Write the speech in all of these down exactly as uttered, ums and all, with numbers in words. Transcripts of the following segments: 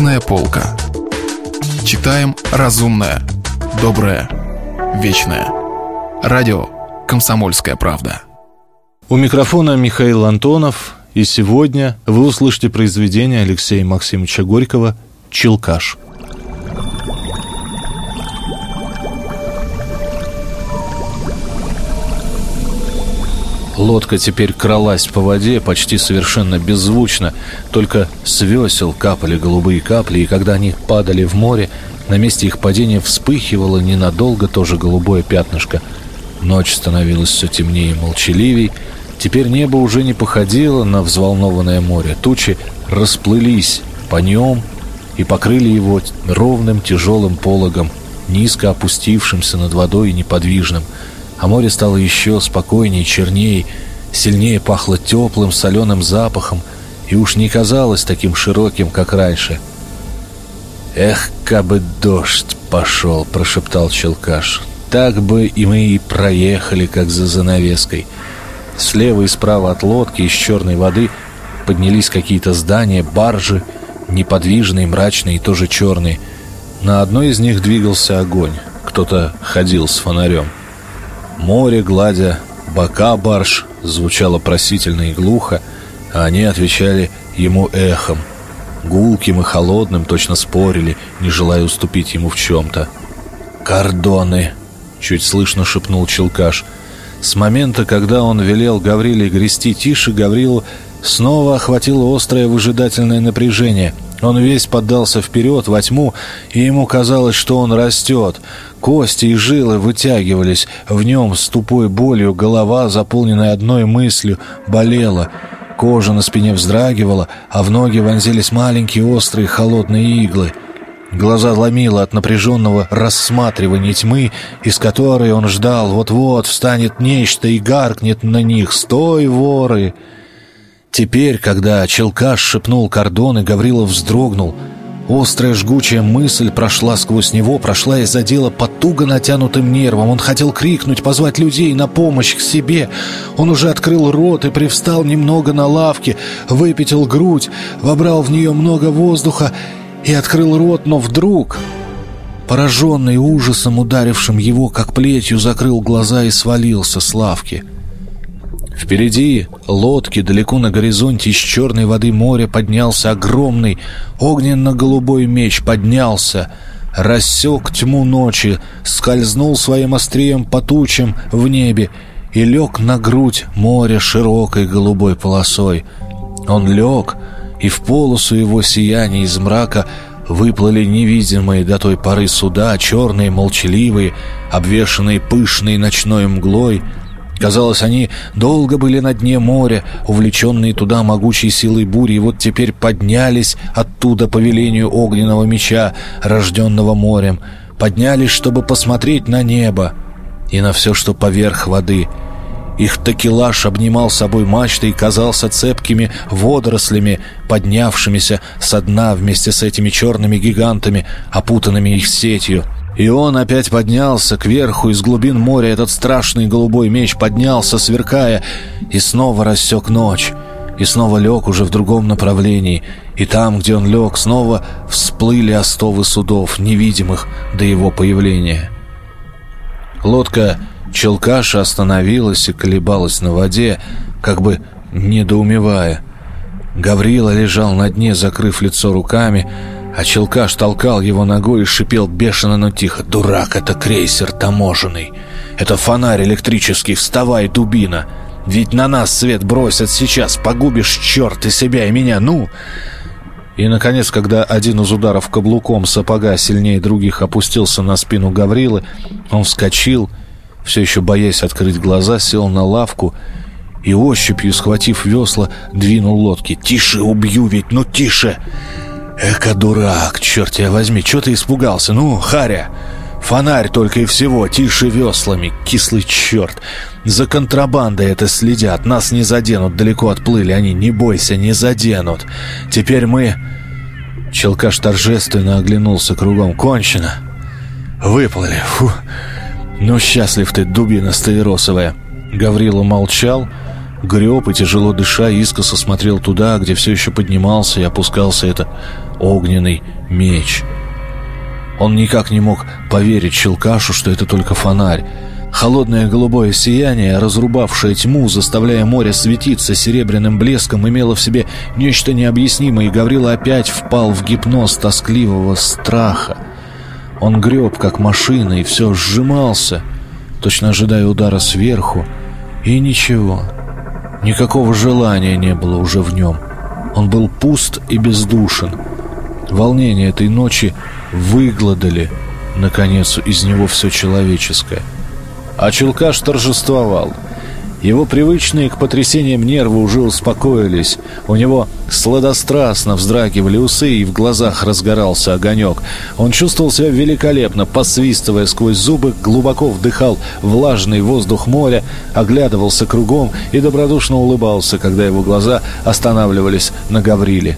Книжная полка. Читаем разумное, доброе, вечное. Радио «Комсомольская правда». У микрофона Михаил Антонов, и сегодня вы услышите произведение Алексея Максимовича Горького «Челкаш». Лодка теперь кралась по воде почти совершенно беззвучно, только с весел капали голубые капли, и когда они падали в море, на месте их падения вспыхивало ненадолго тоже голубое пятнышко. Ночь становилась все темнее и молчаливей. Теперь небо уже не походило на взволнованное море. Тучи расплылись по нем и покрыли его ровным тяжелым пологом, низко опустившимся над водой и неподвижным. А море стало еще спокойнее, чернее, сильнее пахло теплым соленым запахом и уж не казалось таким широким, как раньше. «Эх, кабы дождь пошел!» — прошептал Челкаш. «Так бы и мы и проехали, как за занавеской». Слева и справа от лодки из черной воды поднялись какие-то здания, баржи, неподвижные, мрачные и тоже черные. На одной из них двигался огонь. Кто-то ходил с фонарем. Море, гладя бока барж, звучало просительно и глухо, а они отвечали ему эхом, гулким и холодным, точно спорили, не желая уступить ему в чем-то. «Кордоны!» — чуть слышно шепнул Челкаш. С момента, когда он велел Гавриле грести тише, Гаврилу снова охватило острое выжидательное напряжение. Он весь поддался вперед во тьму, и ему казалось, что он растет. Кости и жилы вытягивались в нем с тупой болью, голова, заполненная одной мыслью, болела. Кожа на спине вздрагивала, а в ноги вонзились маленькие острые холодные иглы. Глаза ломило от напряженного рассматривания тьмы, из которой он ждал, вот-вот встанет нечто и гаркнет на них: «Стой, воры!» Теперь, когда Челкаш шепнул кордоны, Гаврила вздрогнул. Острая жгучая мысль прошла сквозь него, прошла и задела по туго натянутым нервам. Он хотел крикнуть, позвать людей на помощь к себе. Он уже открыл рот и привстал немного на лавке, выпятил грудь, вобрал в нее много воздуха и открыл рот, но вдруг, пораженный ужасом, ударившим его как плетью, закрыл глаза и свалился с лавки. Впереди лодки, далеко на горизонте из черной воды моря поднялся огромный огненно-голубой меч, поднялся, рассек тьму ночи, скользнул своим острием по тучам в небе и лег на грудь моря широкой голубой полосой. Он лег, и в полосу его сияния из мрака выплыли невидимые до той поры суда, черные, молчаливые, обвешанные пышной ночной мглой. Казалось, они долго были на дне моря, увлеченные туда могучей силой бури, и вот теперь поднялись оттуда по велению огненного меча, рожденного морем, поднялись, чтобы посмотреть на небо и на все, что поверх воды. Их такелаж обнимал собой мачты и казался цепкими водорослями, поднявшимися со дна вместе с этими черными гигантами, опутанными их сетью. И он опять поднялся кверху из глубин моря, этот страшный голубой меч поднялся, сверкая, и снова рассек ночь, и снова лег уже в другом направлении, и там, где он лег, снова всплыли остовы судов, невидимых до его появления. Лодка Челкаша остановилась и колебалась на воде, как бы недоумевая. Гаврила лежал на дне, закрыв лицо руками, а Челкаш толкал его ногой и шипел бешено, но тихо: «Дурак, это крейсер таможенный! Это фонарь электрический! Вставай, дубина! Ведь на нас свет бросят сейчас! Погубишь, черт, и себя, и меня! Ну!» И, наконец, когда один из ударов каблуком сапога сильнее других опустился на спину Гаврилы, он вскочил, все еще боясь открыть глаза, сел на лавку и ощупью, схватив весла, двинул лодки. «Тише, убью ведь! Ну, тише!» «Эка дурак, черт тебя возьми, чего ты испугался? Ну, Харя, фонарь только и всего, тише веслами, кислый черт! За контрабандой это следят, нас не заденут, далеко отплыли они, не бойся, не заденут. Теперь мы...» Челкаш торжественно оглянулся кругом. «Кончено! Выплыли! Фу! Ну, счастлив ты, дубина стаиросовая!» Гаврила молчал, греб и, тяжело дыша, искоса смотрел туда, где все еще поднимался и опускался это огненный меч. Он никак не мог поверить Челкашу, что это только фонарь. Холодное голубое сияние, разрубавшее тьму, заставляя море светиться серебряным блеском, имело в себе нечто необъяснимое, и Гаврила опять впал в гипноз тоскливого страха. Он греб, как машина, и все сжимался, точно ожидая удара сверху, и ничего. Никакого желания не было уже в нем. Он был пуст и бездушен. Волнения этой ночи выгладали, наконец, из него все человеческое. А Челкаш торжествовал. Его привычные к потрясениям нервы уже успокоились. У него сладострастно вздрагивали усы, и в глазах разгорался огонек. Он чувствовал себя великолепно, посвистывая сквозь зубы, глубоко вдыхал влажный воздух моря, оглядывался кругом и добродушно улыбался, когда его глаза останавливались на Гавриле.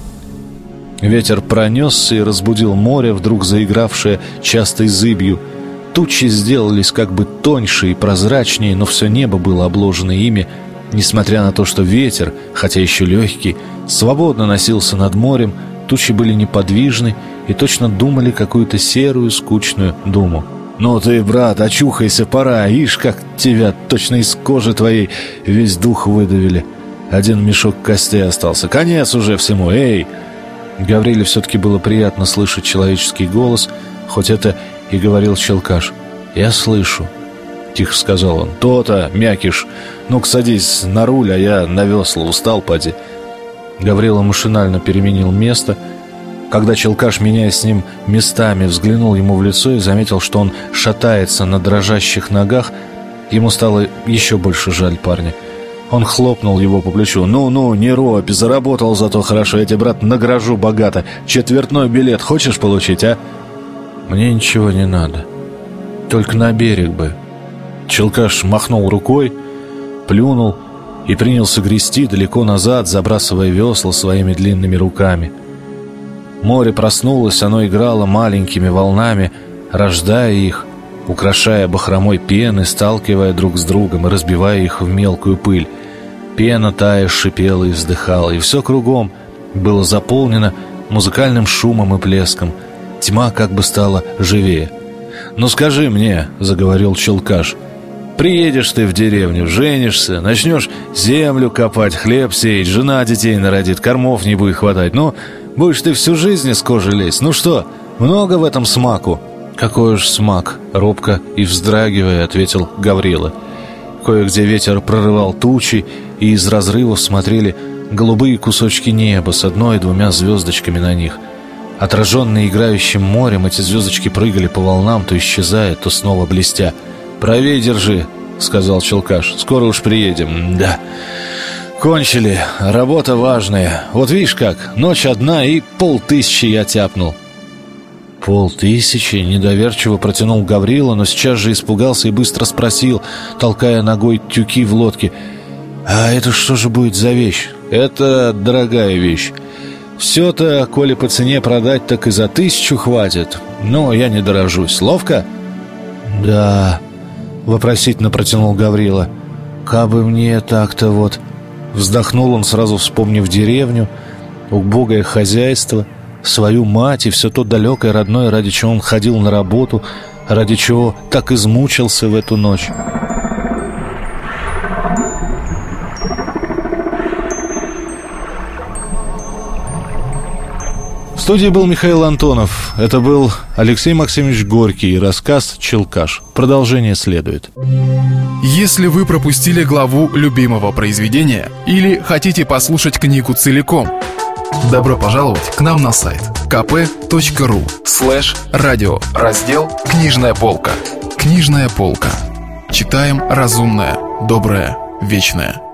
Ветер пронесся и разбудил море, вдруг заигравшее частой зыбью. Тучи сделались как бы тоньше и прозрачнее, но все небо было обложено ими, несмотря на то, что ветер, хотя еще легкий, свободно носился над морем. Тучи были неподвижны и точно думали какую-то серую, скучную думу. «Ну ты, брат, очухайся, пора, ишь, как тебя точно из кожи твоей весь дух выдавили. Один мешок костей остался, конец уже всему, эй!» Гавриле все-таки было приятно слышать человеческий голос, хоть это и говорил Челкаш. «Я слышу», — тихо сказал он. «То-то, мякиш, ну-ка садись на руль, а я на весла, устал, поди». Гаврила машинально переменил место. Когда Челкаш, меняясь с ним местами, взглянул ему в лицо и заметил, что он шатается на дрожащих ногах, ему стало еще больше жаль парня. Он хлопнул его по плечу. «Ну-ну, не робь, заработал зато хорошо, я тебе, брат, награжу богато. Четвертной билет хочешь получить, а?» «Мне ничего не надо. Только на берег бы». Челкаш махнул рукой, плюнул и принялся грести далеко назад, забрасывая весла своими длинными руками. Море проснулось, оно играло маленькими волнами, рождая их, украшая бахромой пены, сталкивая друг с другом и разбивая их в мелкую пыль. Пена тая шипела и вздыхала, и все кругом было заполнено музыкальным шумом и плеском. Тьма как бы стала живее. «Ну скажи мне, — заговорил Челкаш, — приедешь ты в деревню, женишься, начнешь землю копать, хлеб сеять, жена детей народит, кормов не будет хватать. Ну, будешь ты всю жизнь из кожи лезть. Ну что, много в этом смаку?» «Какой уж смак!» — робко и вздрагивая, ответил Гаврила. Кое-где ветер прорывал тучи, и из разрывов смотрели голубые кусочки неба с одной-двумя звездочками на них. Отраженные играющим морем, эти звездочки прыгали по волнам, то исчезая, то снова блестя. «Правее держи», — сказал Челкаш. «Скоро уж приедем». «Да, кончили. Работа важная. Вот видишь как, ночь одна, и полтысячи я тяпнул». «Полтысячи?» — недоверчиво протянул Гаврила, но сейчас же испугался и быстро спросил, толкая ногой тюки в лодке: «А это что же будет за вещь?» «Это дорогая вещь. Все-то, коли по цене продать, так и за тысячу хватит. Но я не дорожусь. Ловко?» «Да», — вопросительно протянул Гаврила. «Кабы мне так-то вот...» Вздохнул он, сразу вспомнив деревню, убогое хозяйство, свою мать и все то далекое родное, ради чего он ходил на работу, ради чего так измучился в эту ночь. В студии был Михаил Антонов. Это был Алексей Максимович Горький и рассказ «Челкаш». Продолжение следует. Если вы пропустили главу любимого произведения или хотите послушать книгу целиком, добро пожаловать к нам на сайт kp.ru слэш радио, раздел «Книжная полка». Книжная полка. Читаем разумное, доброе, вечное.